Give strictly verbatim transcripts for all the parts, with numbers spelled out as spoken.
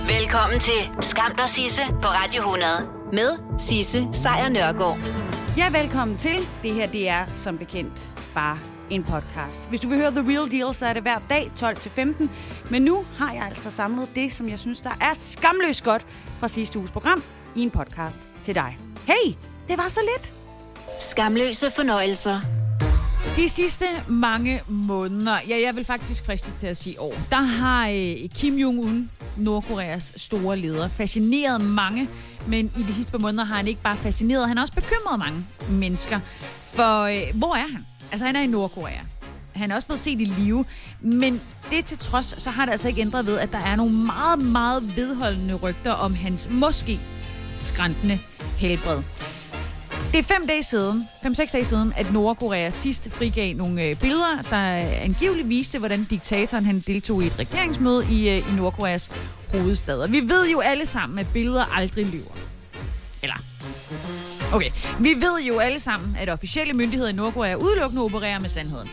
Velkommen til Skam dig Sisse på Radio hundrede med Sisse Sejr Nørgaard. Ja, velkommen til. Det her, det er som bekendt bare en podcast. Hvis du vil høre The Real Deal, så er det hver dag tolv til femten. Men nu har jeg altså samlet det, som jeg synes, der er skamløst godt fra sidste uges program i en podcast til dig. Hey, det var så lidt. Skamløse fornøjelser. De sidste mange måneder, ja, jeg vil faktisk fristes til at sige år, der har øh, Kim Jong-un, Nordkoreas store leder, fascineret mange, men i de sidste par måneder har han ikke bare fascineret, han har også bekymret mange mennesker. For øh, hvor er han? Altså, han er i Nordkorea. Han er også blevet set i live, men det til trods, så har det altså ikke ændret ved, at der er nogle meget, meget vedholdende rygter om hans måske skrantende helbred. Det er fem dage siden, fem-seks dage siden, at Nordkorea sidst frigav nogle øh, billeder, der angiveligt viste, hvordan diktatoren han deltog i et regeringsmøde i, øh, i Nordkoreas hovedstad. Og vi ved jo alle sammen, at billeder aldrig lyver. Eller... Okay, vi ved jo alle sammen, at officielle myndigheder i Nordkorea udelukkende opererer med sandheden.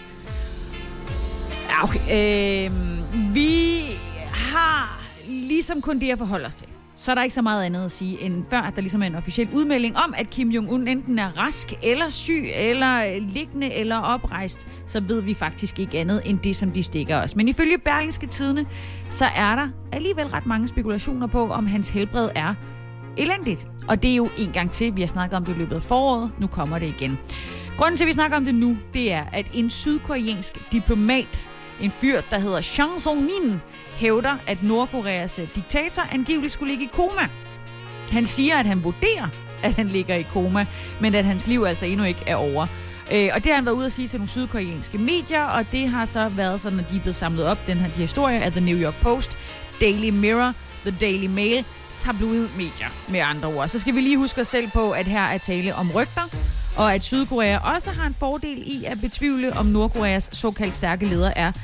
Ja, okay. Øh, vi har ligesom kun det at forholde os til. Så er der ikke så meget andet at sige, end før, at der ligesom er en officiel udmelding om, at Kim Jong-un enten er rask, eller syg, eller liggende, eller oprejst, så ved vi faktisk ikke andet end det, som de stikker os. Men ifølge Berlingske Tidende, så er der alligevel ret mange spekulationer på, om hans helbred er elendigt. Og det er jo en gang til, vi har snakket om det i løbet af foråret, nu kommer det igen. Grunden til, at vi snakker om det nu, det er, at en sydkoreansk diplomat, en fyr, der hedder Jang Song-min, hævder, at Nordkoreas diktator angiveligt skulle ligge i koma. Han siger, at han vurderer, at han ligger i koma, men at hans liv altså endnu ikke er over. Øh, og det har han været ude at sige til nogle sydkoreanske medier, og det har så været sådan, at de er blevet samlet op, den her de historie af The New York Post, Daily Mirror, The Daily Mail, tabloidmedier med andre ord. Så skal vi lige huske os selv på, at her er tale om rygter, og at Sydkorea også har en fordel i at betvivle, om Nordkoreas såkaldt stærke leder er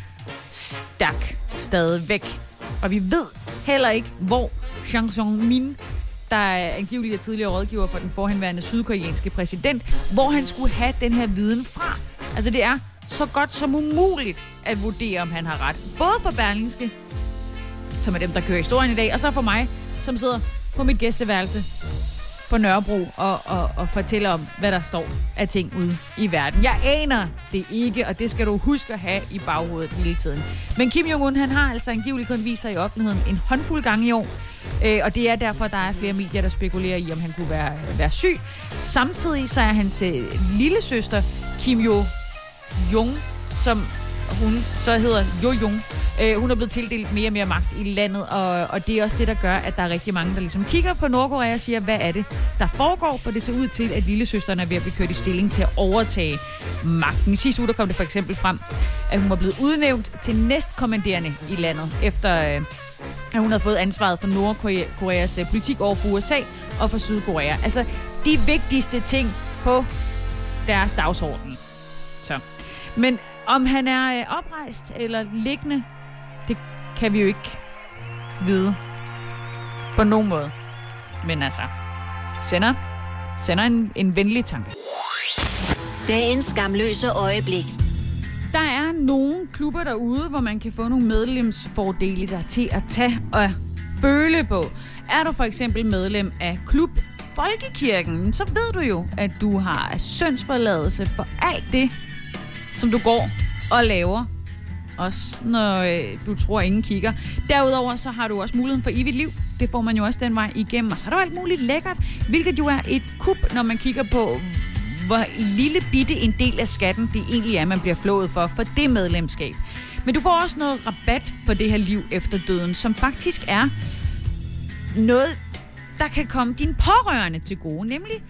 stærk stadigvæk. Og vi ved heller ikke, hvor Jang Song-min, der angiveligt er tidligere rådgiver for den forhenværende sydkoreanske præsident, hvor han skulle have den her viden fra. Altså det er så godt som umuligt at vurdere, om han har ret. Både for Berlingske, som er dem, der kører historien i dag, og så for mig, som sidder på mit gæsteværelse på Nørrebro og, og, og fortæller om, hvad der står af ting ude i verden. Jeg aner det ikke, og det skal du huske at have i baghovedet hele tiden. Men Kim Jong-un, han har altså angiveligt kun vist sig i offentligheden en håndfuld gange i år, øh, og det er derfor, der er flere medier, der spekulerer i, om han kunne være, være syg. Samtidig så er hans øh, lille søster, Kim Jo-jong, som hun så hedder Jo-jong, øh, hun er blevet tildelt mere og mere magt i landet, og, og det er også det, der gør, at der er rigtig mange, der ligesom kigger på Nordkorea og siger, hvad er det, der foregår, for det ser ud til, at lillesøsteren er ved at blive kørt i stilling til at overtage magten. I sidste uge, der kom det for eksempel frem, at hun var blevet udnævnt til næstkommanderende i landet, efter øh, at hun havde fået ansvaret for Nordkoreas øh, politik over for U S A og for Sydkorea. Altså, de vigtigste ting på deres dagsorden. Så. Men om han er øh, oprejst eller liggende, det kan vi jo ikke vide på nogen måde. Men altså, sender, sender en, en venlig tanke. Dagens skamløse øjeblik. Der er nogle klubber derude, hvor man kan få nogle medlemsfordele, der er til at tage og føle på. Er du for eksempel medlem af Klub Folkekirken, så ved du jo, at du har syndsforladelse for alt det, som du går og laver, også når øh, du tror, ingen kigger. Derudover så har du også muligheden for evigt liv. Det får man jo også den vej igennem. Og så er der jo alt muligt lækkert, hvilket jo er et kup, når man kigger på, hvor lille bitte en del af skatten det egentlig er, man bliver flået for, for det medlemskab. Men du får også noget rabat på det her liv efter døden, som faktisk er noget, der kan komme dine pårørende til gode, nemlig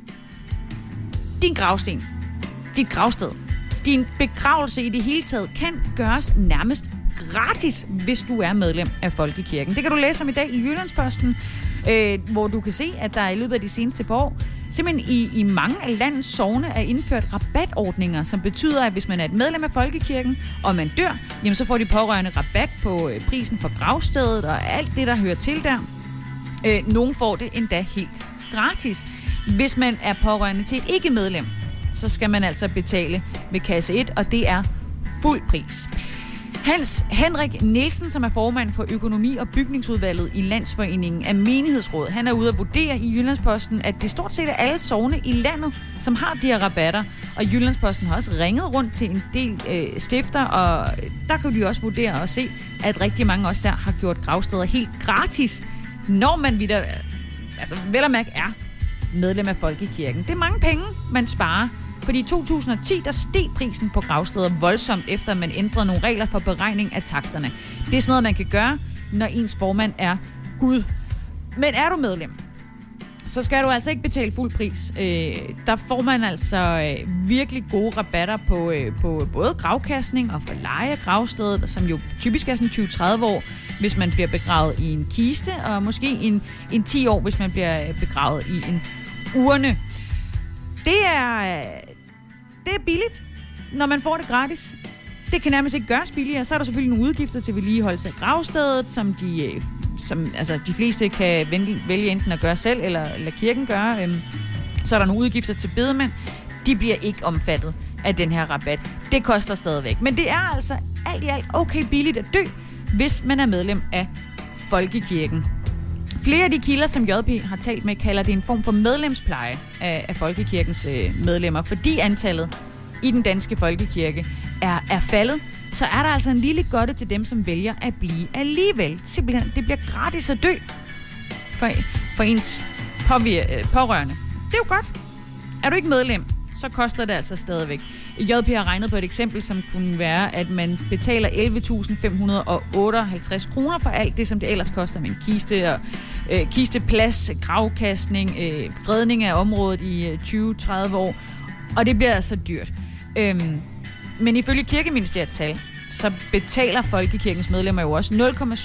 din gravsten, dit gravsted. Din begravelse i det hele taget kan gøres nærmest gratis, hvis du er medlem af Folkekirken. Det kan du læse om i dag i Jyllandsposten, øh, hvor du kan se, at der i løbet af de seneste par år simpelthen i, i mange af landets sogne er indført rabatordninger, som betyder, at hvis man er et medlem af Folkekirken, og man dør, jamen så får de pårørende rabat på øh, prisen for gravstedet og alt det, der hører til der. Øh, nogle får det endda helt gratis. Hvis man er pårørende til et ikke-medlem, så skal man altså betale ved kasse et, og det er fuld pris. Hans Henrik Nielsen, som er formand for økonomi- og bygningsudvalget i Landsforeningen af Menighedsråd, han er ude at vurdere i Jyllandsposten, at det stort set er alle sogne i landet, som har de her rabatter. Og Jyllandsposten har også ringet rundt til en del øh, stifter, og der kan de også vurdere og se, at rigtig mange også der har gjort gravsteder helt gratis, når man videre, altså vel at mærke er medlem af Folkekirken. Det er mange penge, man sparer. Fordi i to tusind og ti, der steg prisen på gravsteder voldsomt, efter at man ændrede nogle regler for beregning af taksterne. Det er sådan noget, man kan gøre, når ens formand er Gud. Men er du medlem, så skal du altså ikke betale fuld pris. Øh, der får man altså øh, virkelig gode rabatter på, øh, på både gravkastning og for leje af gravstedet, som jo typisk er sådan tyve til tredive år, hvis man bliver begravet i en kiste, og måske en, en ti år, hvis man bliver begravet i en urne. Det er, det er billigt, når man får det gratis. Det kan nærmest ikke gøres billigere. Så er der selvfølgelig nogle udgifter til vedligeholdelse af gravstedet, som de, som, altså, de fleste kan vælge enten at gøre selv, eller, eller kirken gøre. Så er der nogle udgifter til bedemænd. De bliver ikke omfattet af den her rabat. Det koster stadigvæk. Men det er altså alt i alt okay billigt at dø, hvis man er medlem af Folkekirken. Flere af de kilder, som J P har talt med, kalder det en form for medlemspleje af, af Folkekirkens øh, medlemmer. Fordi antallet i den danske folkekirke er, er faldet, så er der altså en lille godte til dem, som vælger at blive alligevel. Simpelthen, det bliver gratis at dø for, for ens påvir- pårørende. Det er jo godt. Er du ikke medlem, så koster det altså stadigvæk. J P har regnet på et eksempel, som kunne være, at man betaler elleve tusind fem hundrede otteoghalvtreds kroner for alt det, som det ellers koster med en kiste og øh, kisteplads, gravkastning, øh, fredning af området i øh, tyve til tredive år. Og det bliver altså dyrt. Øhm, men ifølge Kirkeministeriets tal, så betaler Folkekirkens medlemmer jo også nul komma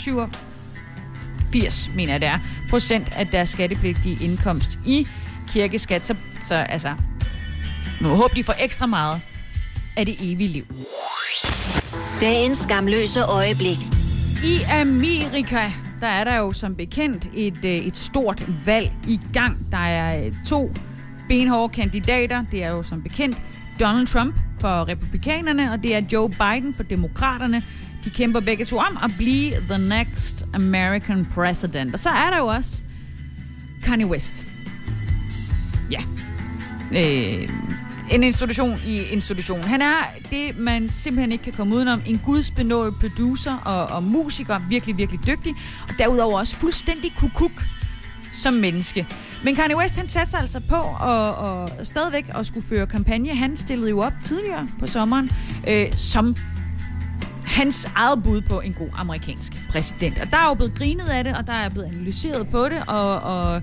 syvogfirs, mener jeg det er, procent af deres skattepligtige indkomst i kirkeskat. Så, så altså, nu håber de får ekstra meget af det evige liv. Dagens skamløse øjeblik. I Amerika, der er der jo som bekendt et, et stort valg i gang. Der er to benhårde kandidater. Det er jo som bekendt Donald Trump for republikanerne, og det er Joe Biden for demokraterne. De kæmper begge to om at blive the next American president. Og så er der jo også Kanye West. Ja. Øh, en institution i institutionen. Han er det, man simpelthen ikke kan komme udenom. En gudsbenået producer og, og musiker. Virkelig, virkelig dygtig. Og derudover også fuldstændig kukuk som menneske. Men Kanye West, han satte sig altså på og, og stadigvæk at skulle føre kampagne. Han stillede jo op tidligere på sommeren øh, som hans eget bud på en god amerikansk præsident. Og der er jo blevet grinet af det, og der er blevet analyseret på det, og, og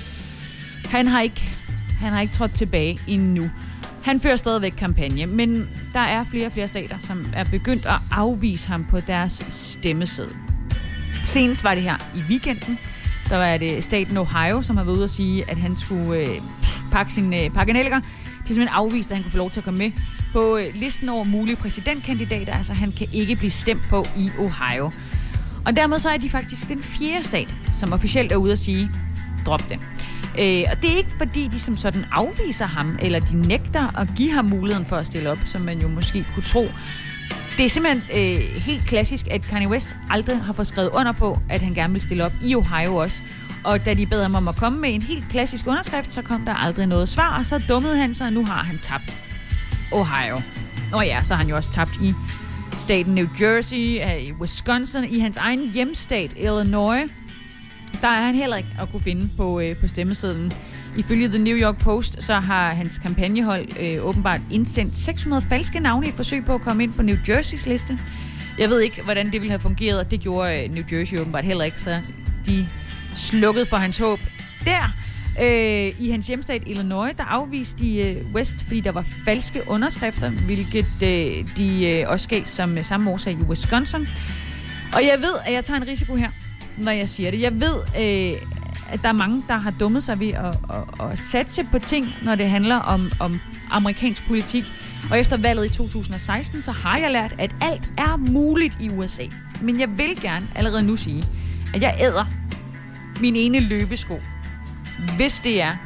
han har ikke han har ikke trådt tilbage endnu. Han fører stadigvæk kampagne, men der er flere og flere stater, som er begyndt at afvise ham på deres stemmeseddel. Senest var det her i weekenden. Der var det staten Ohio, som har været ude at sige, at han skulle øh, pakke sine øh, pakkenælliger. De simpelthen afviste, at han kunne få lov til at komme med på øh, listen over mulige præsidentkandidater. Altså, han kan ikke blive stemt på i Ohio. Og dermed så er de faktisk den fjerde stat, som officielt er ude at sige, drop det. Øh, og det er ikke, fordi de som sådan afviser ham, eller de nægter at give ham muligheden for at stille op, som man jo måske kunne tro. Det er simpelthen øh, helt klassisk, at Kanye West aldrig har fået skrevet under på, at han gerne vil stille op i Ohio også. Og da de bad ham om at komme med en helt klassisk underskrift, så kom der aldrig noget svar, og så dummede han sig, og nu har han tabt Ohio. Og ja, så har han jo også tabt i staten New Jersey, i Wisconsin, i hans egen hjemstat, Illinois. Der er han heller ikke at kunne finde på, øh, på stemmesedlen. Ifølge The New York Post, så har hans kampagnehold øh, åbenbart indsendt seks hundrede falske navne i et forsøg på at komme ind på New Jerseys liste. Jeg ved ikke, hvordan det ville have fungeret, og det gjorde øh, New Jersey åbenbart heller ikke, så de slukkede for hans håb. Der, øh, i hans hjemstat Illinois, der afviste de øh, West, fordi der var falske underskrifter, hvilket øh, de øh, også gav som samme årsag i Wisconsin. Og jeg ved, at jeg tager en risiko her, når jeg siger det. Jeg ved, øh, at der er mange, der har dummet sig ved at, at, at satse på ting, når det handler om, om amerikansk politik. Og efter valget i to tusind og seksten, så har jeg lært, at alt er muligt i U S A. Men jeg vil gerne allerede nu sige, at jeg æder min ene løbesko, hvis det er,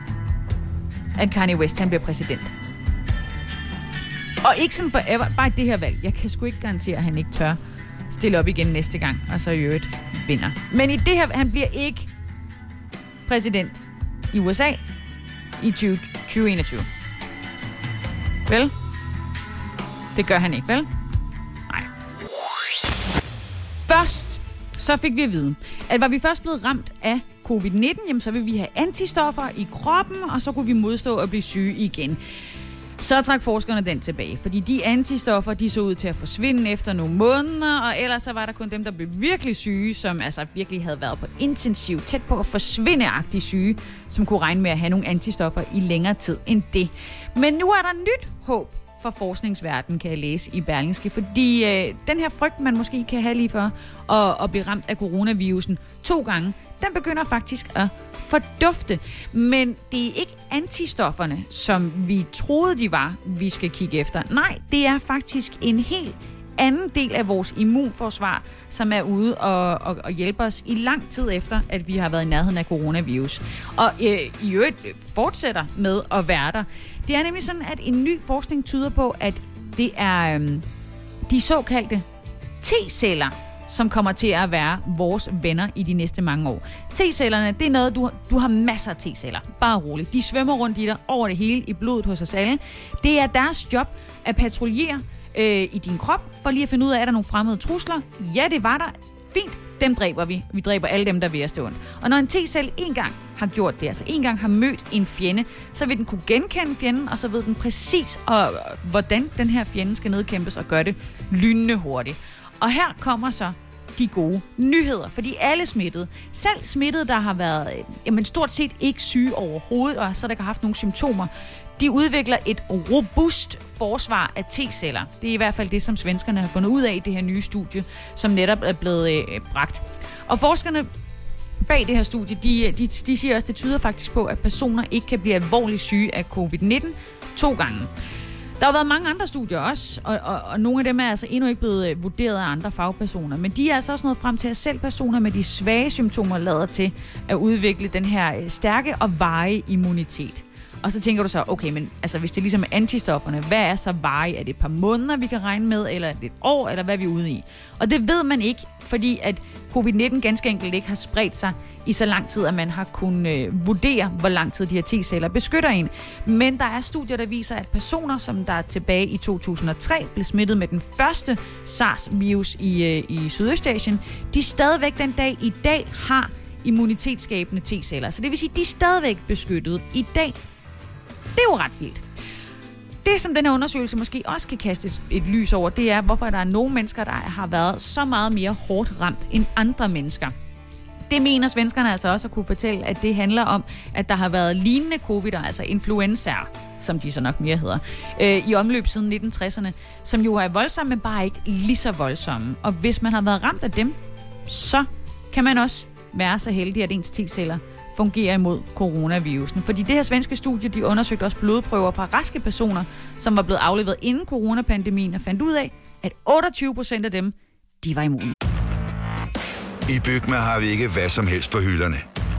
at Kanye West han bliver præsident. Og ikke sådan forever, bare det her valg. Jeg kan sgu ikke garantere, at han ikke tør stille op igen næste gang, og så i øvrigt vinder. Men i det her, han bliver ikke præsident i U S A i tyve enogtyve. Vel? Det gør han ikke, vel? Nej. Først så fik vi at vide, at var vi først blevet ramt af covid nitten, jamen så vil vi have antistoffer i kroppen, og så kunne vi modstå at blive syge igen. Så trak forskerne den tilbage, fordi de antistoffer, de så ud til at forsvinde efter nogle måneder, og ellers så var der kun dem, der blev virkelig syge, som altså virkelig havde været på intensiv, tæt på at forsvindeagtige syge, som kunne regne med at have nogle antistoffer i længere tid end det. Men nu er der nyt håb for forskningsverdenen, kan jeg læse i Berlingske, fordi øh, den her frygt, man måske kan have lige for at, at blive ramt af coronavirusen to gange, den begynder faktisk at fordufte. Men det er ikke antistofferne, som vi troede, de var, vi skal kigge efter. Nej, det er faktisk en helt anden del af vores immunforsvar, som er ude og, og, og hjælpe os i lang tid efter, at vi har været i nærheden af coronavirus. Og øh, i øvrigt fortsætter med at være der. Det er nemlig sådan, at en ny forskning tyder på, at det er øh, de såkaldte T-celler, som kommer til at være vores venner i de næste mange år. T-cellerne, det er noget, du, du har masser af T-celler. Bare roligt. De svømmer rundt i dig over det hele i blodet hos os alle. Det er deres job at patruljere øh, i din krop, for lige at finde ud af, er der nogle fremmede trusler? Ja, det var der. Fint. Dem dræber vi. Vi dræber alle dem, der vil stå ondt. Og når en T-celle en gang har gjort det, altså en gang har mødt en fjende, så vil den kunne genkende fjenden, og så ved den præcis, og, hvordan den her fjende skal nedkæmpes, og gøre det lynende hurtigt. Og her kommer så de gode nyheder, fordi alle smittede, selv smittede, der har været jamen, stort set ikke syge overhovedet, og så der har haft nogle symptomer, de udvikler et robust forsvar af T-celler. Det er i hvert fald det, som svenskerne har fundet ud af i det her nye studie, som netop er blevet øh, bragt. Og forskerne bag det her studie, de, de, de siger også, det tyder faktisk på, at personer ikke kan blive alvorligt syge af covid nitten to gange. Der har været mange andre studier også, og, og, og nogle af dem er altså endnu ikke blevet vurderet af andre fagpersoner. Men de er altså også nået frem til, at selv personer med de svage symptomer lader til at udvikle den her stærke og varige immunitet. Og så tænker du så, okay, men altså, hvis det er ligesom antistofferne, hvad er så varige? Er det et par måneder, vi kan regne med, eller er det et år, eller hvad er vi ude i? Og det ved man ikke, fordi at covid nitten ganske enkelt ikke har spredt sig i så lang tid, at man har kunnet øh, vurdere, hvor lang tid de her T-celler beskytter en. Men der er studier, der viser, at personer, som der tilbage i to tusind og tre blev smittet med den første SARS-virus i, øh, i Sydøstasien, de stadigvæk den dag i dag har immunitetsskabende T-celler. Så det vil sige, de er stadigvæk beskyttet i dag. Det er jo ret vildt. Det, som den her undersøgelse måske også kan kaste et, et lys over, det er, hvorfor der er nogle mennesker, der har været så meget mere hårdt ramt end andre mennesker. Det mener svenskerne altså også at kunne fortælle, at det handler om, at der har været lignende covid, altså influenzaer, som de så nok mere hedder, øh, i omløb siden nitten tresserne, som jo er voldsomme, men bare ikke lige så voldsomme. Og hvis man har været ramt af dem, så kan man også være så heldig, at ens T-celler fungerer imod coronavirusen. Fordi det her svenske studie, de undersøgte også blodprøver fra raske personer, som var blevet afleveret inden coronapandemien, og fandt ud af, at otteogtyve procent af dem, de var immune. I Bygma har vi ikke hvad som helst på hylderne.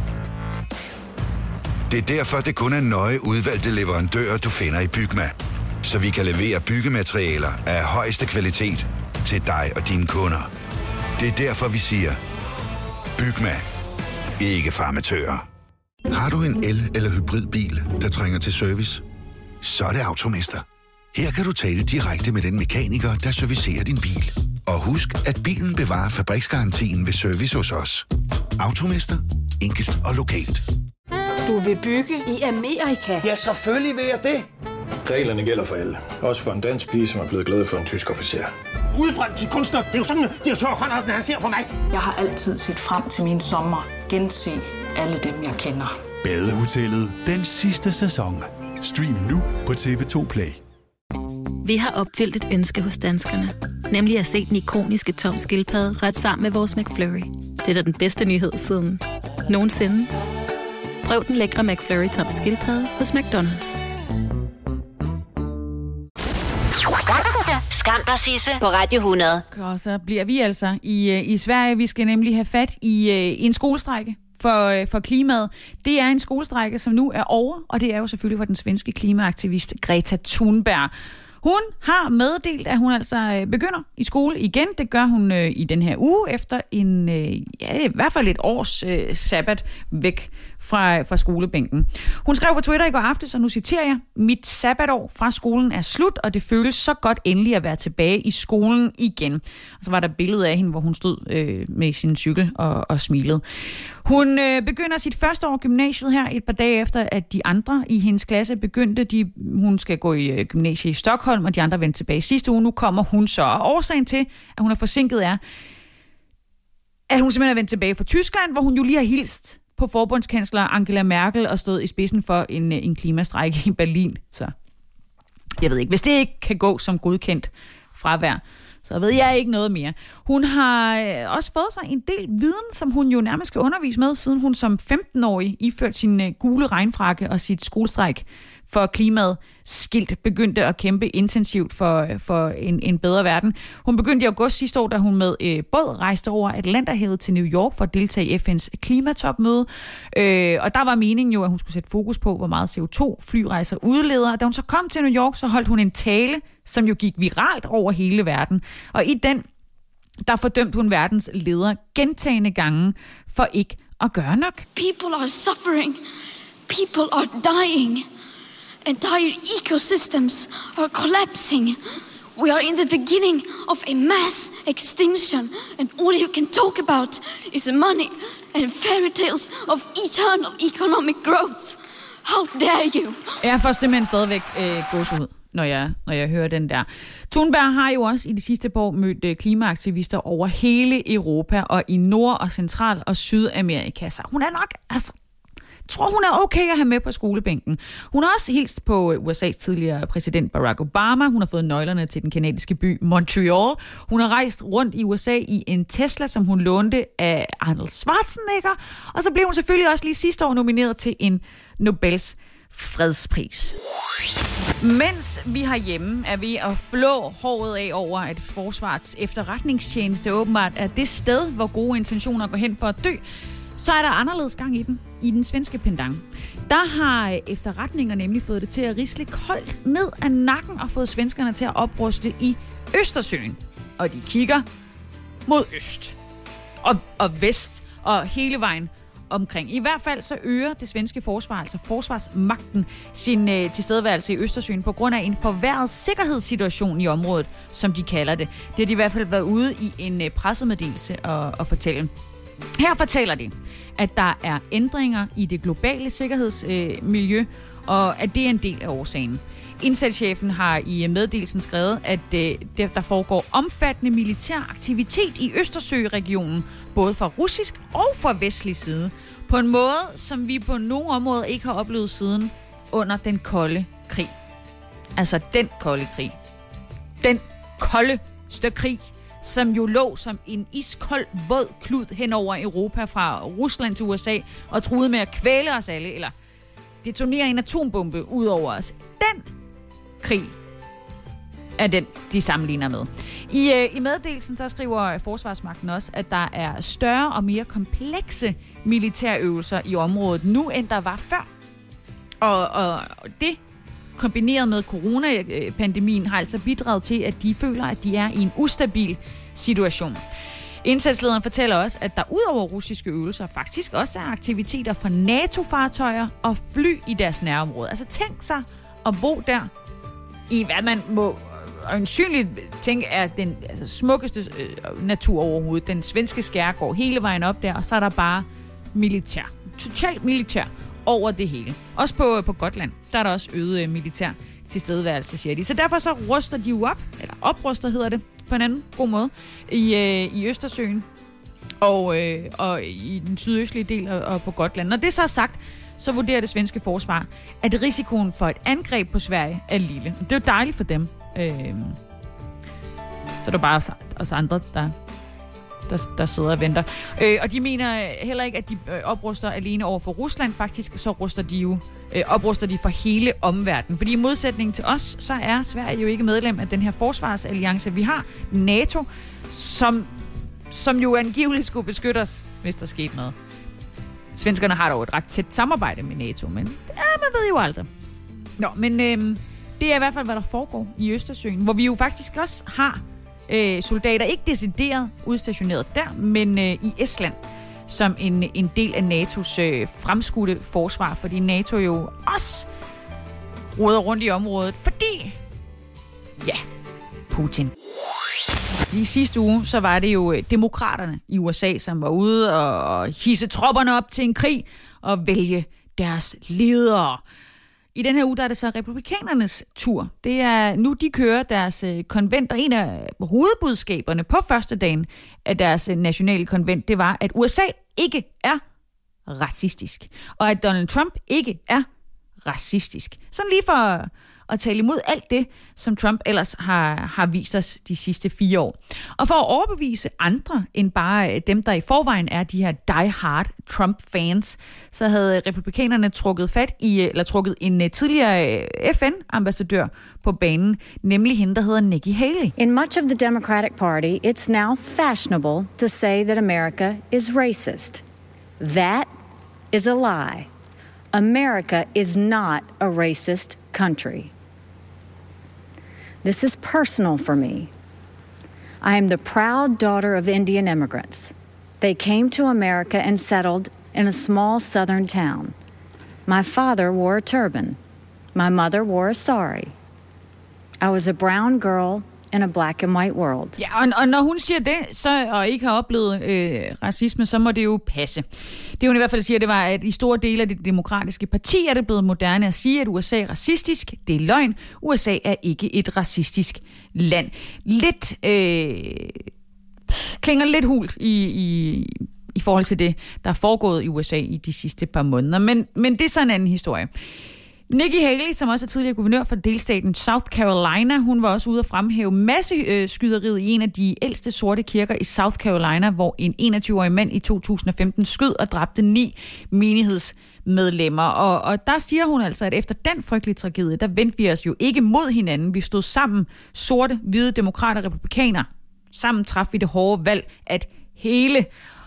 Det er derfor, det kun er nøje udvalgte leverandører, du finder i Bygma. Så vi kan levere byggematerialer af højeste kvalitet til dig og dine kunder. Det er derfor, vi siger, Bygma. Ikke farmatører. Har du en el- eller hybridbil, der trænger til service? Så er det Automester. Her kan du tale direkte med den mekaniker, der servicerer din bil. Og husk, at bilen bevarer fabriksgarantien ved service hos os. Automester. Enkelt og lokalt. Du vil bygge i Amerika? Ja, selvfølgelig vil jeg det. Reglerne gælder for alle. Også for en dansk pige, som er blevet glad for en tysk officer. Udbrændt til kunstner. Det er jo sådan, at direktør Conradsen, han ser på mig. Jeg har altid set frem til min sommer. Gense alle dem, jeg kender. Badehotellet. Den sidste sæson. Stream nu på T V to Play. Vi har opfyldt et ønske hos danskerne. Nemlig at se den ikoniske Tom Skildpadde ret sammen med vores McFlurry. Det er da den bedste nyhed siden nogensinde. Prøv den lækre McFlurry Tom Skildpadde hos McDonald's. Skam dig, Sisse, på Radio hundrede. Og så bliver vi altså i, i Sverige. Vi skal nemlig have fat i, i en skolestrække for, for klimaet. Det er en skolestrække, som nu er over, og det er jo selvfølgelig for den svenske klimaaktivist Greta Thunberg. Hun har meddelt, at hun altså begynder i skole igen. Det gør hun øh, i den her uge efter en, øh, ja, i hvert fald et års øh, sabbat væk fra, fra skolebænken. Hun skrev på Twitter i går aftes, og nu citerer jeg: "Mit sabbatår fra skolen er slut, og det føles så godt endelig at være tilbage i skolen igen." Og så var der et billede af hende, hvor hun stod øh, med sin cykel og, og smilede. Hun øh, begynder sit første år gymnasiet her et par dage efter, at de andre i hendes klasse begyndte. De, hun skal gå i øh, gymnasiet i Stockholm, og de andre vendte tilbage sidste uge. Nu kommer hun så. Og årsagen til, at hun er forsinket, er, at hun simpelthen er vendt tilbage fra Tyskland, hvor hun jo lige har hilst på forbundskansler Angela Merkel og stod i spidsen for en, en klimastrække i Berlin. Så jeg ved ikke, hvis det ikke kan gå som godkendt fravær, så ved jeg ikke noget mere. Hun har også fået sig en del viden, som hun jo nærmest skal undervise med, siden hun som femten-årig iført sin gule regnfrakke og sit skolestræk for klimaet skilt begyndte at kæmpe intensivt for, for en, en bedre verden. Hun begyndte i august sidste år, da hun med øh, båd rejste over Atlanterhavet til New York for at deltage i F N's klimatopmøde. Øh, og der var meningen jo, at hun skulle sætte fokus på, hvor meget C O to flyrejser udleder. Da hun så kom til New York, så holdt hun en tale, som jo gik viralt over hele verden. Og i den, der fordømte hun verdens ledere gentagne gange for ikke at gøre nok. People are suffering. People are dying. Entire ecosystems are collapsing. We are in the beginning of a mass extinction, and all you can talk about is money and fairy tales of eternal economic growth. How dare you? Jeg får simpelthen stadigvæk øh, gåsehud, når jeg, når jeg hører den der. Thunberg har jo også i de sidste par år mødt øh, klimaaktivister over hele Europa og i Nord- og Central- og Sydamerika. Så hun er nok, altså, tror hun er okay at have med på skolebænken. Hun har også hilst på U S A's tidligere præsident Barack Obama. Hun har fået nøglerne til den kanadiske by Montreal. Hun har rejst rundt i U S A i en Tesla, som hun lånte af Arnold Schwarzenegger. Og så blev hun selvfølgelig også lige sidste år nomineret til en Nobels fredspris. Mens vi herhjemme er ved at flå håret af over, at Forsvarets efterretningstjeneste åbenbart er det sted, hvor gode intentioner går hen for at dø, så er der anderledes gang i den, i den svenske pendant. Der har efterretninger nemlig fået det til at risle koldt ned af nakken og fået svenskerne til at opruste i Østersøen. Og de kigger mod øst og, og vest og hele vejen omkring. I hvert fald så øger det svenske forsvar, altså forsvarsmagten, sin øh, tilstedeværelse i Østersøen på grund af en forværret sikkerhedssituation i området, som de kalder det. Det har de i hvert fald været ude i en øh, pressemeddelelse og, og fortælle. Her fortæller de, at der er ændringer i det globale sikkerhedsmiljø, øh, og at det er en del af årsagen. Indsatschefen har i meddelelsen skrevet, at øh, der foregår omfattende militær aktivitet i Østersøregionen, både fra russisk og fra vestlig side, på en måde, som vi på nogle områder ikke har oplevet siden under den kolde krig. Altså den kolde krig. Den koldeste krig, som jo lå som en iskold, våd klud hen over Europa fra Rusland til U S A og truede med at kvæle os alle, eller detonere en atombombe ud over os. Den krig er den, de sammenligner med. I, øh, i meddelelsen så skriver Forsvarsmagten også, at der er større og mere komplekse militærøvelser i området nu, end der var før. Og, og, og det, kombineret med coronapandemien, har altså bidraget til, at de føler, at de er i en ustabil situation. Indsatslederen fortæller også, at der udover russiske øvelser faktisk også er aktiviteter fra NATO-fartøjer og fly i deres nærområde. Altså tænk sig at bo der i, hvad man må øjensynligt tænke er den altså, smukkeste øh, natur overhovedet. Den svenske skærgård hele vejen op der, og så er der bare militær. Totalt militær over det hele. Også på, på Gotland, der er der også øget øh, militær tilstedeværelse, siger de. Så derfor så ruster de jo op, eller opruster hedder det, på en anden god måde, i, øh, i Østersøen og, øh, og i den sydøstlige del og, og på Gotland. Når det så er sagt, så vurderer det svenske forsvar, at risikoen for et angreb på Sverige er lille. Det er jo dejligt for dem. Øh, så er det bare os, os andre, der, der, der sidder og venter. Øh, og de mener heller ikke, at de opruster alene over for Rusland. Faktisk så ruster de jo, øh, opruster de for hele omverdenen. Fordi i modsætning til os, så er Sverige jo ikke medlem af den her forsvarsalliance, vi har, NATO, som, som jo angiveligt skulle beskytte os, hvis der skete noget. Svenskerne har dog et ret tæt samarbejde med NATO, men ja, man ved jo aldrig. Nå, men øh, det Det er i hvert fald, hvad der foregår i Østersøen, hvor vi jo faktisk også har øh, soldater, ikke decideret udstationeret der, men øh, i Estland, som en, en del af N A T O's øh, fremskudte forsvar, fordi NATO jo også roder rundt i området, fordi, ja, Putin. I sidste uge, så var det jo demokraterne i U S A, som var ude og hisse tropperne op til en krig og vælge deres ledere. I den her uge, der er det så republikanernes tur. Det er nu, de kører deres konvent, og en af hovedbudskaberne på første dagen af deres nationale konvent, det var, at U S A ikke er racistisk, og at Donald Trump ikke er racistisk. Sådan lige for at tale imod alt det, som Trump ellers har, har vist os de sidste fire år. Og for at overbevise andre end bare dem, der i forvejen er de her die-hard Trump-fans, så havde republikanerne trukket fat i, eller trukket en tidligere F N-ambassadør på banen, nemlig hende, der hedder Nikki Haley. In much of the Democratic Party, it's now fashionable to say that America is racist. That is a lie. America is not a racist country. This is personal for me. I am the proud daughter of Indian immigrants. They came to America and settled in a small southern town. My father wore a turban. My mother wore a sari. I was a brown girl in a black and white world. Ja, og, og når hun siger det, så, og ikke har oplevet øh, racisme, så må det jo passe. Det hun i hvert fald siger, det var, at i store dele af det demokratiske parti er det blevet moderne at sige, at U S A er racistisk. Det er løgn. U S A er ikke et racistisk land. Lidt, øh, klinger lidt hult i, i, i forhold til det, der er foregået i U S A i de sidste par måneder. Men, men det er så en anden historie. Nikki Haley, som også er tidligere guvernør for delstaten South Carolina, hun var også ude at fremhæve masseskyderiet i en af de ældste sorte kirker i South Carolina, hvor en enogtyve-årig mand i to tusind og femten skød og dræbte ni menighedsmedlemmer. Og, og der siger hun altså, at efter den frygtelige tragedie, der vendte vi os jo ikke mod hinanden. Vi stod sammen, sorte, hvide, demokrater og republikanere. Sammen traf vi det hårde valg, at hele...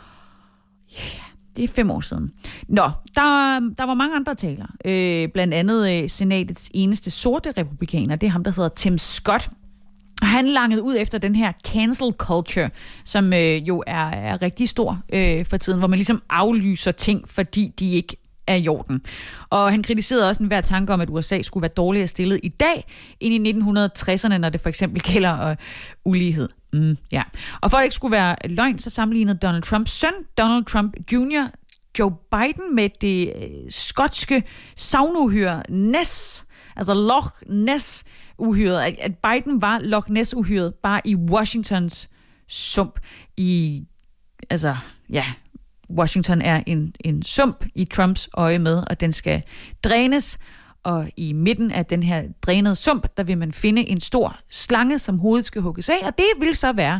Yeah. Det er fem år siden. Nå, der, der var mange andre taler. Øh, blandt andet øh, senatets eneste sorte republikaner. Det er ham, der hedder Tim Scott. Han langede ud efter den her cancel culture, som øh, jo er, er rigtig stor øh, for tiden, hvor man ligesom aflyser ting, fordi de ikke er i orden. Og han kritiserede også enhver tanke om, at U S A skulle være dårligere stillet i dag, end i nitten tresserne, når det for eksempel gælder øh, ulighed. Mm, ja. Og for at det ikke skulle være løgn, så sammenlignede Donald Trumps søn, Donald Trump junior, Joe Biden, med det øh, skotske saunuhyre Ness, altså Loch Ness-uhyret. At, at Biden var Loch Ness-uhyret bare i Washingtons sump. I, altså, ja, Washington er en, en sump i Trumps øje med, og den skal drænes. Og i midten af den her drænede sump, der vil man finde en stor slange, som hovedet skal hugges af, og det vil så være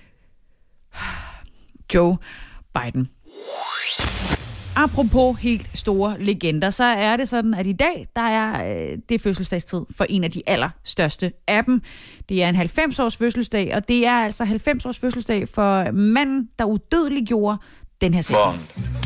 Joe Biden. Apropos helt store legender, så er det sådan, at i dag, der er øh, det fødselsdagstid for en af de allerstørste af dem. Det er en halvfems-års fødselsdag, og det er altså halvfems-års fødselsdag for manden, der udødeliggjorde den her serie. Bond.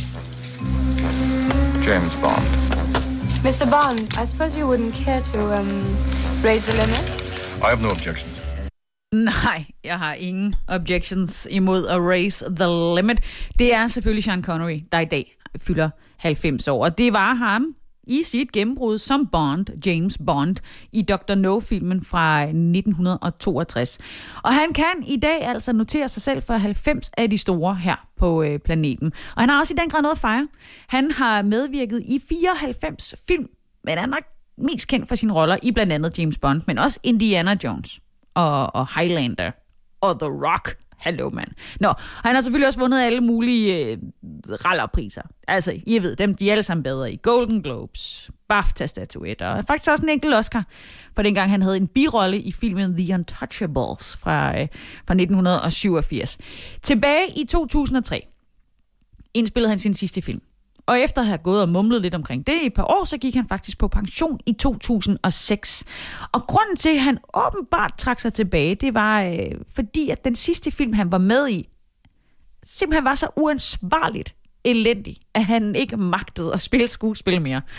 James Bond. Mister Bond, I suppose you wouldn't care to um, raise the limit? I have no objections. Nej, jeg har ingen objections imod at raise the limit. Det er selvfølgelig Sean Connery, der i dag fylder halvfems år. Og det var ham i sit gennembrud som Bond, James Bond, i doktor No-filmen fra nitten toogtres. Og han kan i dag altså notere sig selv for halvfems af de store her på øh, planeten. Og han har også i den grad noget at fejre. Han har medvirket i fireoghalvfems film, men han er nok mest kendt for sine roller i blandt andet James Bond, men også Indiana Jones og, og Highlander og The Rock. Hallo, mand. Nå, han har selvfølgelig også vundet alle mulige øh, rallerpriser. Altså, I ved, dem de er alle sammen bedre i Golden Globes, BAFTA-statuetter, og faktisk også en enkelt Oscar, for dengang han havde en birolle i filmen The Untouchables fra, øh, fra nitten syvogfirs. Tilbage i to tusind og tre indspillede han sin sidste film. Og efter at have gået og mumlet lidt omkring det i et par år, så gik han faktisk på pension i to tusind og seks. Og grunden til, at han åbenbart trak sig tilbage, det var øh, fordi, at den sidste film, han var med i, simpelthen var så uansvarligt elendig, at han ikke magtede at spille skuespil mere.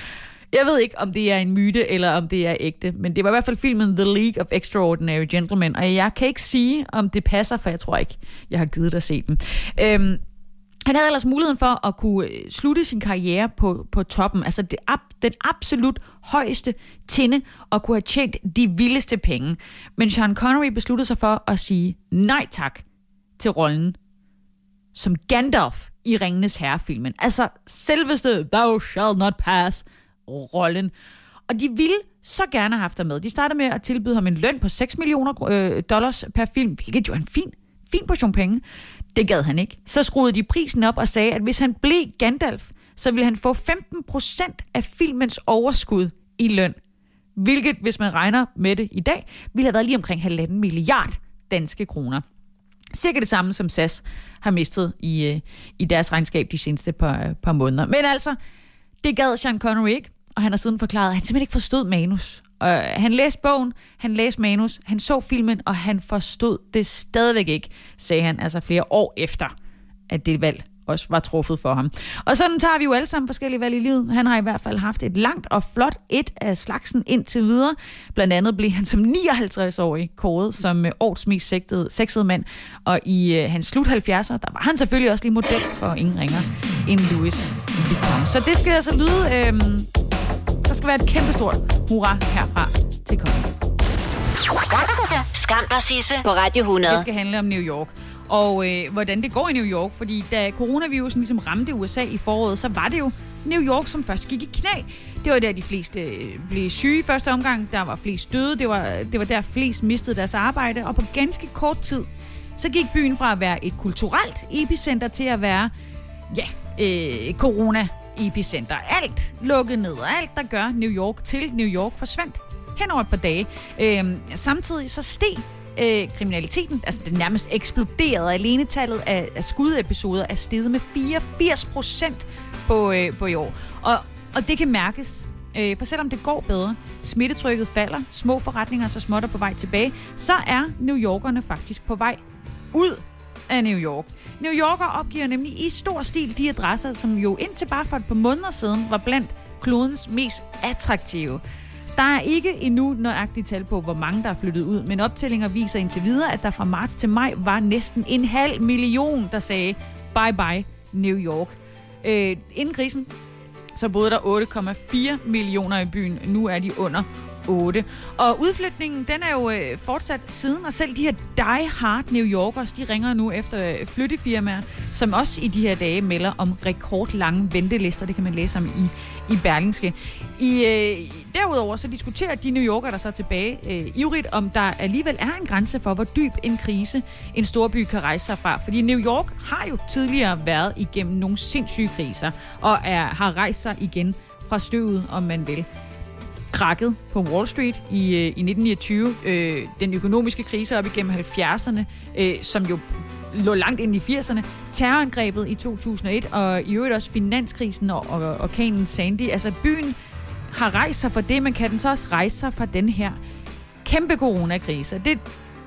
Jeg ved ikke, om det er en myte, eller om det er ægte, men det var i hvert fald filmen The League of Extraordinary Gentlemen, og jeg kan ikke sige, om det passer, for jeg tror ikke, jeg har givet dig at se den. Øhm, han havde ellers muligheden for at kunne slutte sin karriere på, på toppen, altså det, den absolut højeste tinde, og kunne have tjent de vildeste penge. Men Sean Connery besluttede sig for at sige nej tak til rollen som Gandalf i Ringenes Herre-filmen. Altså selveste Thou Shall Not Pass-rollen. Og de ville så gerne have haft ham med. De startede med at tilbyde ham en løn på seks millioner øh, dollars per film, hvilket jo er en fin, fin portion penge. Det gad han ikke. Så skruede de prisen op og sagde, at hvis han blev Gandalf, så ville han få femten procent af filmens overskud i løn. Hvilket, hvis man regner med det i dag, ville have været lige omkring halvanden milliard danske kroner. Cirka det samme, som S A S har mistet i, i deres regnskab de seneste par, par måneder. Men altså, det gad Sean Connery ikke, og han har siden forklaret, at han simpelthen ikke forstod manus. Og han læste bogen, han læste manus, han så filmen, og han forstod det stadigvæk ikke, sagde han altså flere år efter, at det valg også var truffet for ham. Og sådan tager vi jo alle sammen forskellige valg i livet. Han har i hvert fald haft et langt og flot et af slagsen indtil videre. Blandt andet blev han som nioghalvtreds-årig kåret som årets mest sexede, sexede mand. Og i øh, hans slut halvfjerdser, der var han selvfølgelig også lige model for ingen ringer end Louis Vuitton. Så det skal altså lyde... Øh, der skal være et kæmpestort hurra herfra til kongen. Skam dig, Sisse, på Radio hundrede. Det skal handle om New York. Og øh, hvordan det går i New York, fordi da coronavirusen ligesom ramte U S A i foråret, så var det jo New York, som først gik i knæ. Det var der, de fleste blev syge i første omgang, der var flest døde, det var, det var der flest mistede deres arbejde, og på ganske kort tid, så gik byen fra at være et kulturelt epicenter til at være, ja, øh, corona-epicenter. Alt lukket ned, og alt, der gør New York til New York, forsvandt hen over et par dage. Øh, samtidig så steg Øh, kriminaliteten, altså det nærmest eksploderede. Alenetallet af, af skudepisoder er steget med fireogfirs procent på, øh, på i år. Og, og det kan mærkes, øh, for selvom det går bedre, smittetrykket falder, små forretninger så småt er på vej tilbage, så er New Yorkerne faktisk på vej ud af New York. New Yorker opgiver nemlig i stor stil de adresser, som jo indtil bare for et par måneder siden var blandt klodens mest attraktive. Der er ikke endnu nøjagtigt tal på, hvor mange der er flyttet ud, men optællinger viser indtil videre, at der fra marts til maj var næsten en halv million, der sagde bye bye New York. Øh, inden krisen, så boede der otte komma fire millioner i byen. Nu er de under otte. Og udflytningen, den er jo øh, fortsat siden, og selv de her die-hard New Yorkers, de ringer nu efter øh, flyttefirmaer, som også i de her dage melder om rekordlange ventelister. Det kan man læse om i, i Berlingske. I, øh, derudover så diskuterer de New Yorker, der så er tilbage, øh, ivrigt, om der alligevel er en grænse for, hvor dyb en krise en storby kan rejse sig fra. Fordi New York har jo tidligere været igennem nogle sindssyge kriser, og er, har rejst sig igen fra støvet, om man vil. Krakket på Wall Street i, øh, i nitten niogtyve, øh, den økonomiske krise op igennem halvfjerdserne, øh, som jo lå langt ind i firserne, terrorangrebet i to tusind og et, og i øvrigt også finanskrisen og, og orkanen Sandy. Altså byen har rejst sig fra det, men kan den så også rejse sig fra den her kæmpe coronakrise? Det,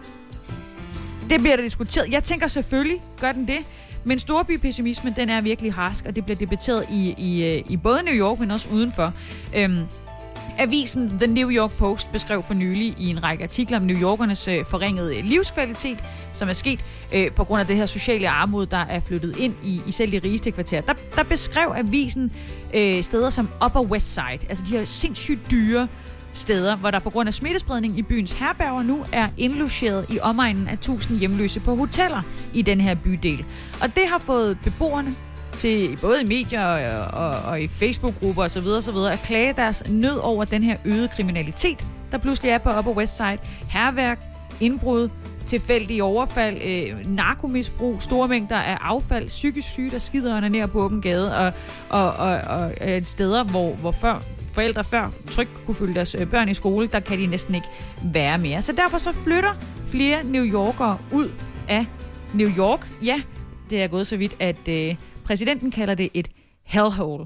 det bliver der diskuteret. Jeg tænker selvfølgelig, gør den det, men storbypessimismen, den er virkelig harsk, og det bliver debatteret i, i, i både New York, men også udenfor. Øhm, Avisen The New York Post beskrev for nylig i en række artikler om New Yorkernes øh, forringede livskvalitet, som er sket øh, på grund af det her sociale armod, der er flyttet ind i, i selv de rigeste kvarterer. Der, der beskrev avisen øh, steder som Upper West Side, altså de her sindssygt dyre steder, hvor der på grund af smittespredning i byens herberger nu er indlogeret i omegnen af tusind hjemløse på hoteller i den her bydel. Og det har fået beboerne til både i medier og, og, og i Facebook-grupper osv. osv. at klage deres nød over den her øgede kriminalitet, der pludselig er på Upper West Side. Hærværk, indbrud, tilfældige overfald, øh, narkomisbrug, store mængder af affald, psykisk syge, der skider og ned på åben gade, og, og, og, og øh, steder, hvor, hvor før, forældre før trygt kunne følge deres børn i skole, der kan de næsten ikke være mere. Så derfor så flytter flere New Yorkere ud af New York. Ja, det er gået så vidt, at øh, præsidenten kalder det et hellhole.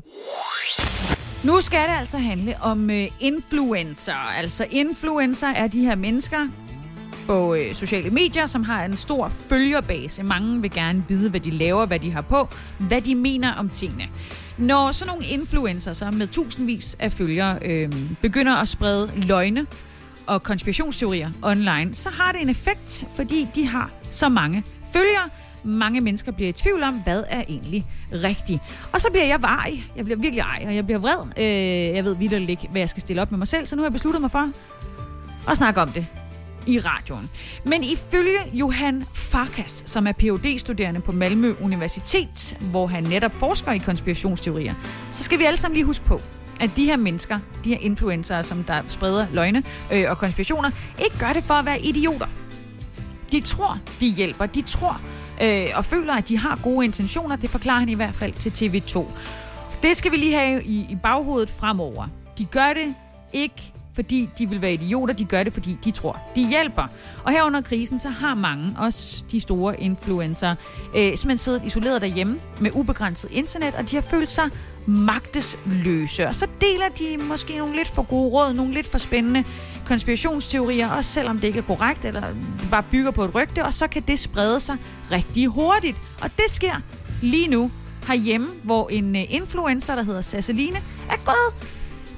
Nu skal det altså handle om øh, influencer. Altså influencer er de her mennesker, på øh, sociale medier, som har en stor følgerbase. Mange vil gerne vide, hvad de laver, hvad de har på, hvad de mener om tingene. Når sådan nogle influencer, så med tusindvis af følgere, øh, begynder at sprede løgne og konspirationsteorier online, så har det en effekt, fordi de har så mange følgere. Mange mennesker bliver i tvivl om, hvad er egentlig rigtigt. Og så bliver jeg ej. Jeg bliver virkelig ej, og jeg bliver vred. Øh, jeg ved vitterligt ikke, hvad jeg skal stille op med mig selv, så nu har jeg besluttet mig for at snakke om det i radioen. Men ifølge Johan Farkas, som er P H D-studerende på Malmø Universitet, hvor han netop forsker i konspirationsteorier, så skal vi alle sammen lige huske på, at de her mennesker, de her influencer, som der spreder løgne øh, og konspirationer, ikke gør det for at være idioter. De tror, de hjælper. De tror øh, og føler, at de har gode intentioner. Det forklarer han i hvert fald til T V to. Det skal vi lige have i, i baghovedet fremover. De gør det ikke, fordi de vil være idioter. De gør det, fordi de tror, de hjælper. Og her under krisen, så har mange, også de store influencer, øh, simpelthen siddet isoleret derhjemme med ubegrænset internet, og de har følt sig magtesløse. Og så deler de måske nogle lidt for gode råd, nogle lidt for spændende konspirationsteorier, også selvom det ikke er korrekt, eller det bare bygger på et rygte, og så kan det sprede sig rigtig hurtigt. Og det sker lige nu herhjemme, hvor en influencer, der hedder Sasseline, er gået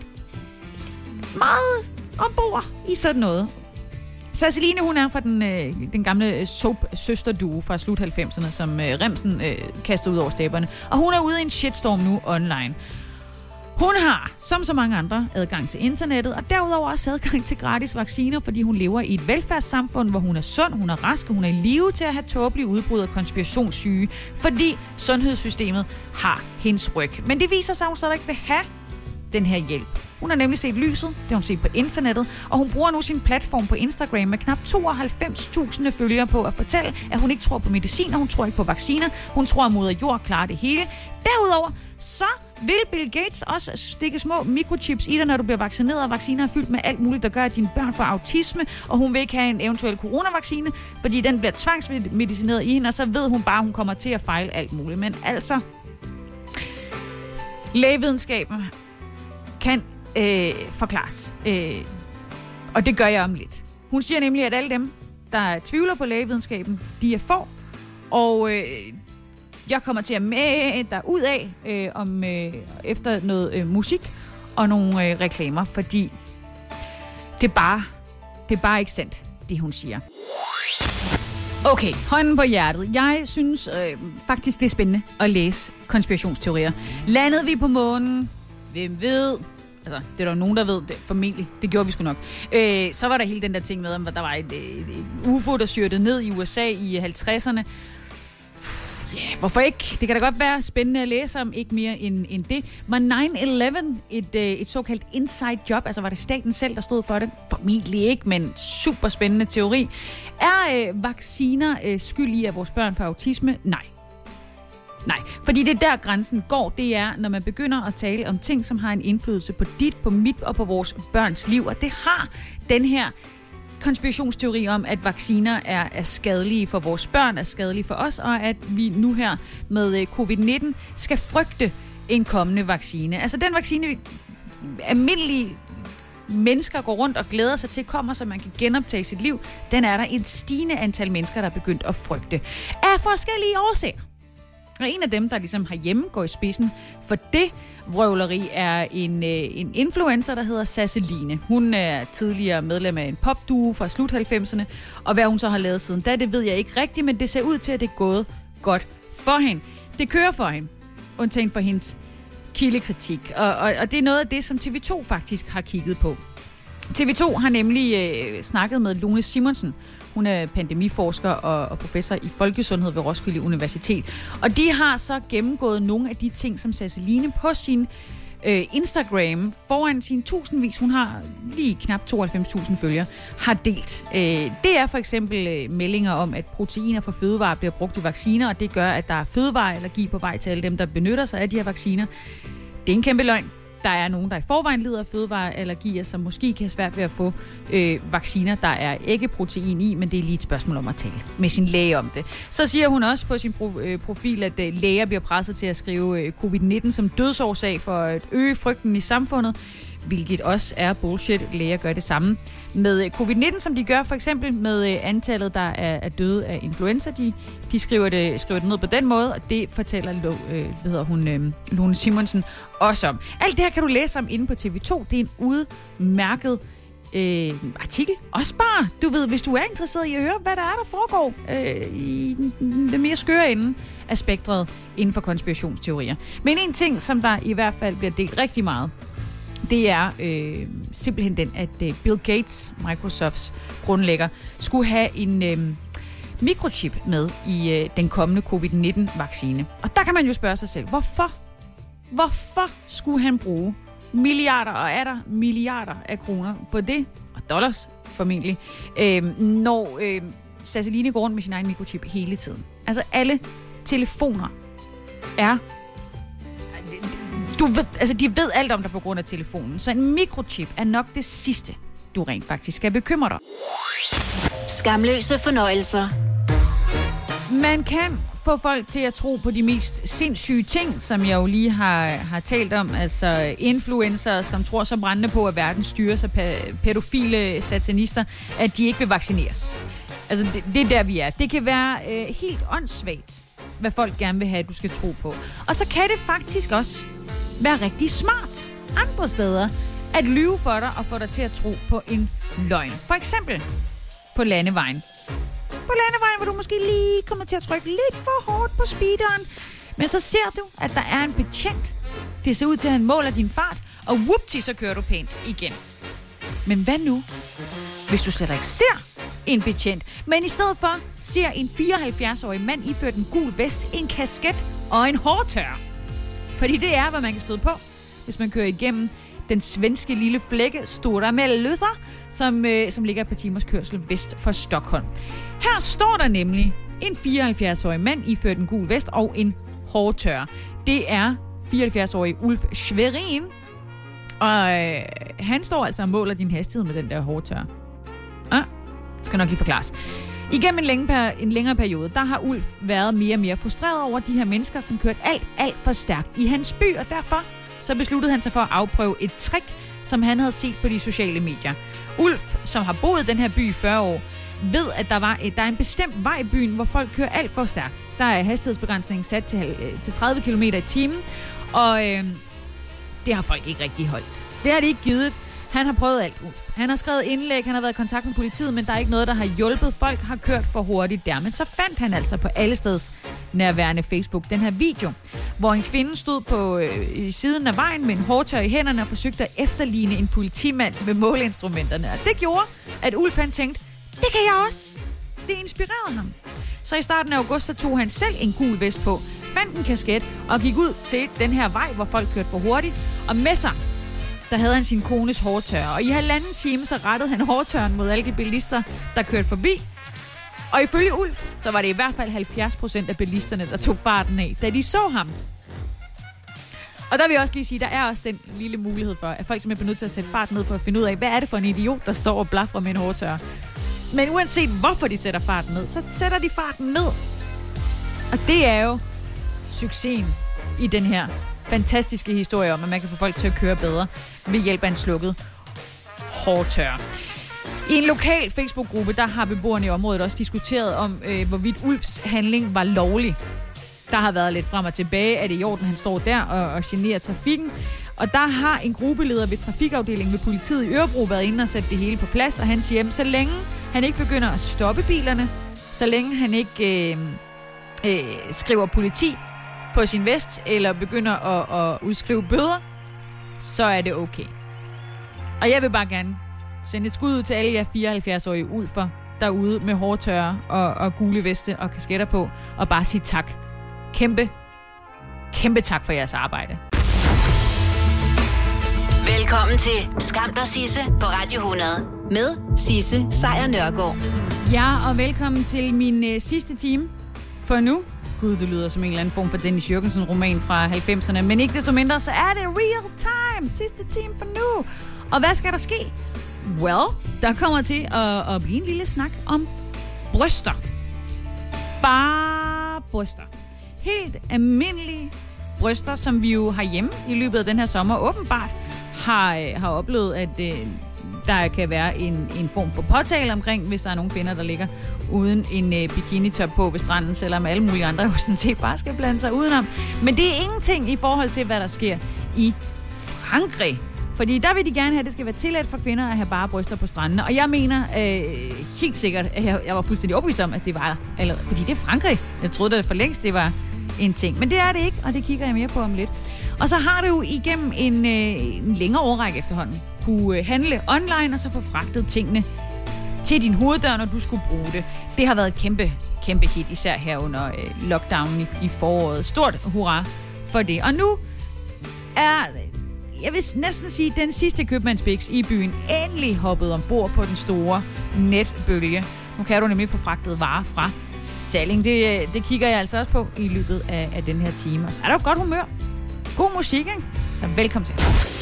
meget ombord i sådan noget. Sasseline, hun er fra den, øh, den gamle soap-søsterduo fra slut halvfemserne, som øh, Remsen øh, kastede ud over stæberne. Og hun er ude i en shitstorm nu online. Hun har, som så mange andre, adgang til internettet, og derudover også adgang til gratis vacciner, fordi hun lever i et velfærdssamfund, hvor hun er sund, hun er rask, og hun er i live til at have tåbelige udbrud af konspirationssyge, fordi sundhedssystemet har hendes ryg. Men det viser sig, at hun så ikke vil have den her hjælp. Hun har nemlig set lyset, det har hun set på internettet, og hun bruger nu sin platform på Instagram med knap tooghalvfems tusind følgere på at fortælle, at hun ikke tror på medicin, og hun tror ikke på vacciner. Hun tror, at moder jord klarer det hele. Derudover, så vil Bill Gates også stikke små mikrochips i dig, når du bliver vaccineret, og vacciner er fyldt med alt muligt, der gør, at dine børn får autisme, og hun vil ikke have en eventuel coronavaccine, fordi den bliver tvangsmedicineret i hende, og så ved hun bare, at hun kommer til at fejle alt muligt. Men altså, lægevidenskaben kan øh, forklares. Øh, og det gør jeg om lidt. Hun siger nemlig, at alle dem, der tvivler på lægevidenskaben, de er få. Og øh, jeg kommer til at med der ud af øh, om øh, efter noget øh, musik og nogle øh, reklamer, fordi det er bare det er bare ikke sandt, det hun siger. Okay, hånden på hjertet. Jeg synes øh, faktisk, det er spændende at læse konspirationsteorier. Landede vi på månen? Hvem ved? Altså, det er der jo nogen, der ved det. Formentlig. Det gjorde vi sgu nok. Øh, så var der hele den der ting med, at der var et, et, et U F O, der styrtede ned i U S A i halvtredserne. Ja, yeah, hvorfor ikke? Det kan da godt være spændende at læse om, ikke mere end, end det. Var nine eleven et, et såkaldt inside job? Altså, var det staten selv, der stod for det? Formentlig ikke, men super spændende teori. Er øh, vacciner øh, skyld i, at vores børn får autisme? Nej. Nej, fordi det der grænsen går, det er, når man begynder at tale om ting, som har en indflydelse på dit, på mit og på vores børns liv. Og det har den her konspirationsteori om, at vacciner er, er skadelige for vores børn, er skadelige for os, og at vi nu her med covid nitten skal frygte en kommende vaccine. Altså den vaccine, vi almindelige mennesker går rundt og glæder sig til, kommer, så man kan genoptage sit liv, den er der et stigende antal mennesker, der er begyndt at frygte. Af forskellige årsager. Og en af dem, der ligesom herhjemme går i spidsen for det vrøvleri, er en, øh, en influencer, der hedder Sasseline. Hun er tidligere medlem af en popduo fra slut halvfemserne, og hvad hun så har lavet siden da, det ved jeg ikke rigtigt, men det ser ud til, at det er gået godt for hende. Det kører for hende, undtagen for hendes kildekritik, og, og, og det er noget af det, som T V to faktisk har kigget på. T V to har nemlig øh, snakket med Lone Simonsen. Hun er pandemiforsker og, og professor i folkesundhed ved Roskilde Universitet. Og de har så gennemgået nogle af de ting, som Sasseline på sin øh, Instagram foran sine tusindvis, hun har lige knap tooghalvfems tusind følgere, har delt. Øh, det er for eksempel øh, meldinger om, at proteiner fra fødevarer bliver brugt i vacciner, og det gør, at der er fødevareallergi på vej til alle dem, der benytter sig af de her vacciner. Det er en kæmpe løgn. Der er nogen, der i forvejen lider af fødevareallergier, som måske kan have svært ved at få øh, vacciner, der er ikke protein i, men det er lige et spørgsmål om at tale med sin læge om det. Så siger hun også på sin pro- øh, profil, at øh, læger bliver presset til at skrive øh, covid nitten som dødsårsag for at øge frygten i samfundet. hvilket også er bullshit. Læger gør det samme med covid nitten, som de gør for eksempel med antallet, der er, er døde af influenza. De, de skriver, det, skriver det ned på den måde, og det fortæller Lo, øh, hvad hedder hun, øh, Lone Simonsen også om. Alt det her kan du læse om inde på T V to. Det er en udmærket øh, artikel. Også bare, du ved, hvis du er interesseret i at høre, hvad der er, der foregår øh, i den mere skøre ende af spektret inden for konspirationsteorier. Men en ting, som der i hvert fald bliver delt rigtig meget, det er øh, simpelthen den, at øh, Bill Gates, Microsofts grundlægger, skulle have en øh, mikrochip med i øh, den kommende covid nitten-vaccine. Og der kan man jo spørge sig selv, hvorfor? Hvorfor skulle han bruge milliarder og er der milliarder af kroner på det, og dollars formentlig, øh, når øh, Sasseline går rundt med sin egen mikrochip hele tiden? Altså alle telefoner er... Du ved, altså de ved alt om dig på grund af telefonen, så en mikrochip er nok det sidste, du rent faktisk skal bekymre dig. Skamløse fornøjelser. Man kan få folk til at tro på de mest sindssyge ting, som jeg jo lige har, har talt om. Altså influencer, som tror så brændende på, at verden styres af pædofile satanister, at de ikke vil vaccineres. Altså det, det er der, vi er. Det kan være øh, helt åndssvagt, hvad folk gerne vil have, at du skal tro på. Og så kan det faktisk også være rigtig smart andre steder at lyve for dig og få dig til at tro på en løgn. For eksempel på landevejen. På landevejen, hvor du måske lige kommer til at trykke lidt for hårdt på speederen. Men så ser du, at der er en betjent. Det ser ud til, at han måler din fart, og whoopty, så kører du pænt igen. Men hvad nu, hvis du slet ikke ser en betjent, men i stedet for ser en fireoghalvfjerds-årig mand iført en gul vest, en kasket og en hårtørrer? Fordi det er, hvad man kan støde på, hvis man kører igennem den svenske lille flække Stora Mellösa, som, øh, som ligger et par timers kørsel vest for Stockholm. Her står der nemlig en fireoghalvfjerds-årig mand iført en gul vest og en hårtørrer. Det er fireoghalvfjerds-årig Ulf Schwerin, og øh, han står altså og måler din hastighed med den der hårtørrer. Ah, det skal nok lige forklares. Igennem en, længe per, en længere periode, der har Ulf været mere og mere frustreret over de her mennesker, som kørte alt, alt for stærkt i hans by, og derfor så besluttede han sig for at afprøve et trick, som han havde set på de sociale medier. Ulf, som har boet i den her by i fyrre år, ved, at der, var et, der er en bestemt vej i byen, hvor folk kører alt for stærkt. Der er hastighedsbegrænsningen sat til, til tredive kilometer i timen, og øh, det har folk ikke rigtig holdt. Det har de ikke givet. Han har prøvet alt, Ulf. Han har skrevet indlæg, han har været i kontakt med politiet, men der er ikke noget, der har hjulpet. Folk har kørt for hurtigt der. Men så fandt han altså på allesteds nærværende Facebook den her video, hvor en kvinde stod på øh, i siden af vejen med en hårtørrer i hænderne og forsøgte at efterligne en politimand med måleinstrumenterne. Og det gjorde, at Ulf han tænkte, det kan jeg også. Det inspirerede ham. Så i starten af august, så tog han selv en gul vest på, fandt en kasket og gik ud til den her vej, hvor folk kørte for hurtigt. Og med sig, der havde han sin kones hårtørrer. Og i halvanden time, så rettede han hårtørren mod alle de bilister, der kørte forbi. Og ifølge Ulf, så var det i hvert fald halvfjerds procent af bilisterne, der tog farten af, da de så ham. Og der vil jeg også lige sige, der er også den lille mulighed for, at folk simpelthen er nødt til at sætte farten ned for at finde ud af, hvad er det for en idiot, der står og blafrer med en hårtørrer. Men uanset hvorfor de sætter farten ned, så sætter de farten ned. Og det er jo succesen i den her fantastiske historie om, at man kan få folk til at køre bedre ved hjælp af en slukket hårtørrer. I en lokal Facebook-gruppe, der har beboerne i området også diskuteret om, øh, hvorvidt Ulfs handling var lovlig. Der har været lidt frem og tilbage, at det i orden, han står der og, og generer trafikken. Og der har en gruppeleder ved trafikafdelingen ved politiet i Ørebro været inde og sætte det hele på plads, og han siger, at så længe han ikke begynder at stoppe bilerne, så længe han ikke øh, øh, skriver politi på sin vest, eller begynder at, at udskrive bøder, så er det okay. Og jeg vil bare gerne sende et skud ud til alle jer fireoghalvfjerds-årige ulfer derude med hårtørrer og, og gule veste og kasketter på, og bare sige tak. Kæmpe, kæmpe tak for jeres arbejde. Velkommen til Skam dig Sisse på Radio hundrede med Sisse Sejr Nørgaard. Ja, og velkommen til min øh, sidste time for nu. Gud, det lyder som en eller anden form for Dennis Jürgensen-roman fra halvfemserne, men ikke desto mindre, så er det real time. Sidste time for nu. Og hvad skal der ske? Well, der kommer til at, at blive en lille snak om bryster. Bare bryster. Helt almindelige bryster, som vi jo har hjemme i løbet af den her sommer åbenbart har, har oplevet, at øh, der kan være en, en form for påtale omkring, hvis der er nogle kvinder, der ligger uden en øh, bikinitop på ved stranden, selvom alle mulige andre jo sådan set bare skal blande sig udenom. Men det er ingenting i forhold til, hvad der sker i Frankrig. Fordi der vil de gerne have, at det skal være tilladt for kvinder at have bare bryster på strandene. Og jeg mener øh, helt sikkert, at jeg, jeg var fuldstændig overbevist om, at det var allerede. Fordi det er Frankrig. Jeg troede da for længst, det var en ting. Men det er det ikke, og det kigger jeg mere på om lidt. Og så har du jo igennem en, øh, en længere årrække efterhånden kunne handle online og så få fragtet tingene til din hoveddør, når du skulle bruge det. Det har været et kæmpe, kæmpe hit, især her under øh, lockdownen i, i foråret. Stort hurra for det. Og nu er, jeg vil næsten sige, den sidste købmandsbiks i byen endelig hoppet ombord på den store netbølge. Nu kan du nemlig få fragtet varer fra Salling. Det, det kigger jeg altså også på i løbet af, af den her time. Og så er der jo godt humør. God musik, ikke? Så velkommen til.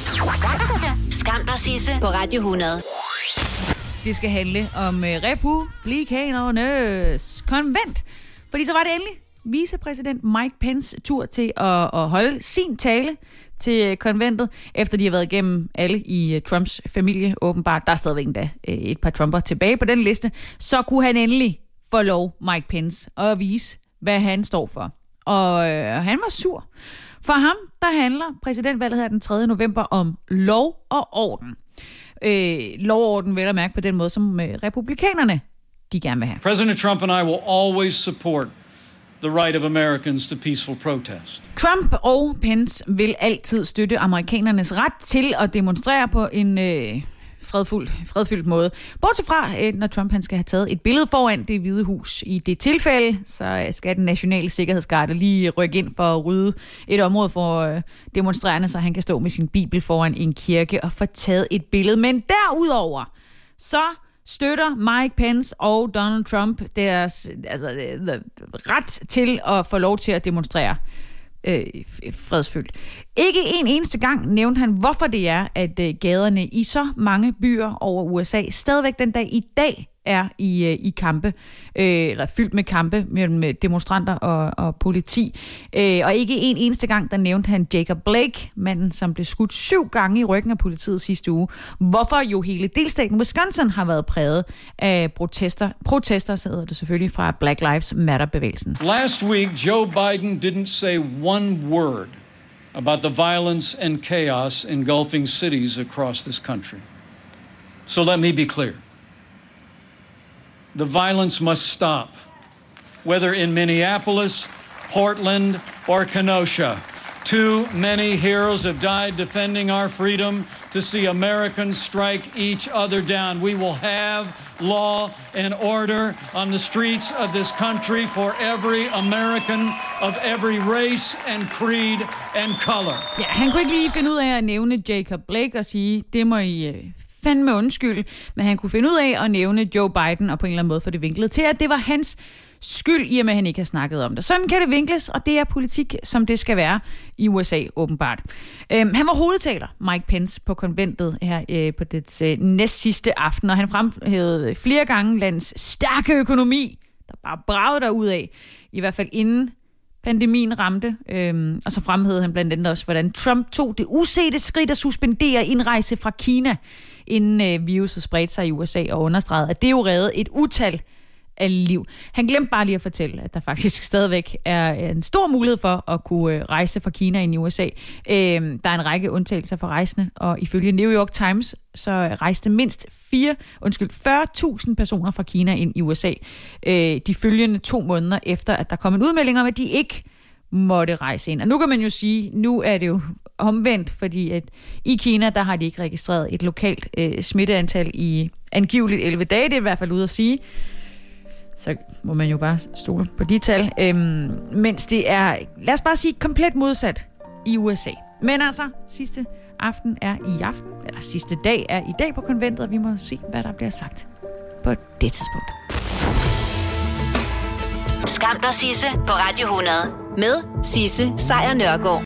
Skam dig, Sisse, på Radio hundrede. Det skal handle om republikanernes konvent. Fordi så var det endelig vicepræsident Mike Pence tur til at, at holde sin tale til konventet, efter de har været igennem alle i Trumps familie, åbenbart. Der er stadigvæk endda et par Trumper tilbage på den liste. Så kunne han endelig få lov, Mike Pence, at vise, hvad han står for. Og øh, han var sur. For ham, der handler præsidentvalget her den tredje november om lov og orden. Øh, lov og orden vel at mærke på den måde, som øh, republikanerne, de gerne vil have. President Trump and I will always support the right of Americans to peaceful protest. Trump og Pence vil altid støtte amerikanernes ret til at demonstrere på en øh, fredfuld, fredfyldt måde. Bortset fra, øh, når Trump han skal have taget et billede foran Det Hvide Hus. I det tilfælde, så skal den nationale sikkerhedsgarde lige rykke ind for at rydde et område for øh, demonstrerende, så han kan stå med sin bibel foran en kirke og få taget et billede. Men derudover, så støtter Mike Pence og Donald Trump deres altså, ret til at få lov til at demonstrere øh, fredsfyldt. Ikke en eneste gang nævnte han, hvorfor det er, at øh, gaderne i så mange byer over U S A stadigvæk den dag i dag er i, øh, i kampe, øh, eller fyldt med kampe mellem demonstranter og, og politi. Øh, og ikke en eneste gang, der nævnte han Jacob Blake, manden, som blev skudt syv gange i ryggen af politiet sidste uge. Hvorfor jo hele delstaten Wisconsin har været præget af protester. Protester, så hedder det selvfølgelig, fra Black Lives Matter-bevægelsen. Last week, Joe Biden didn't say one word about the violence and chaos engulfing cities across this country. So let me be clear. The violence must stop, whether in Minneapolis, Portland, or Kenosha. Too many heroes have died defending our freedom to see Americans strike each other down. We will have law and order on the streets of this country for every American of every race and creed and color. Ja, han kunne ikke lige finde ud af at nævne Jacob Blake og sige, det må I øh, fandme undskylde, men han kunne finde ud af at nævne Joe Biden og på en eller anden måde få det vinklet til, at det var hans skyld, i og med at han ikke har snakket om det. Sådan kan det vinkles, og det er politik, som det skal være i U S A, åbenbart. Øhm, han var hovedtaler, Mike Pence, på konventet her øh, på dets øh, næst sidste aften, og han fremhævede flere gange landets stærke økonomi, der bare bragede derudad, i hvert fald inden pandemien ramte. Øhm, og så fremhævede han blandt andet også, hvordan Trump tog det usete skridt at suspendere indrejse fra Kina, inden øh, viruset spredte sig i U S A, og understregede, at det jo reddede et utal af liv. Han glemte bare lige at fortælle, at der faktisk stadigvæk er en stor mulighed for at kunne rejse fra Kina ind i U S A. Øh, der er en række undtagelser for rejsende, og ifølge New York Times, så rejste mindst fire, undskyld, fyrre tusind personer fra Kina ind i U S A øh, de følgende to måneder efter, at der kom en udmelding om, at de ikke måtte rejse ind. Og nu kan man jo sige, nu er det jo omvendt, fordi at i Kina, der har de ikke registreret et lokalt øh, smitteantal i angiveligt elleve dage, det er i hvert fald ude at sige. Så må man jo bare stole på de tal. Øhm, mens det er, lad os bare sige, komplet modsat i U S A. Men altså, sidste aften er i aften, eller sidste dag er i dag på konventet, og vi må se, hvad der bliver sagt på det tidspunkt. Skam dig, Sisse, på Radio hundrede. Med Sisse Sejr Nørgaard.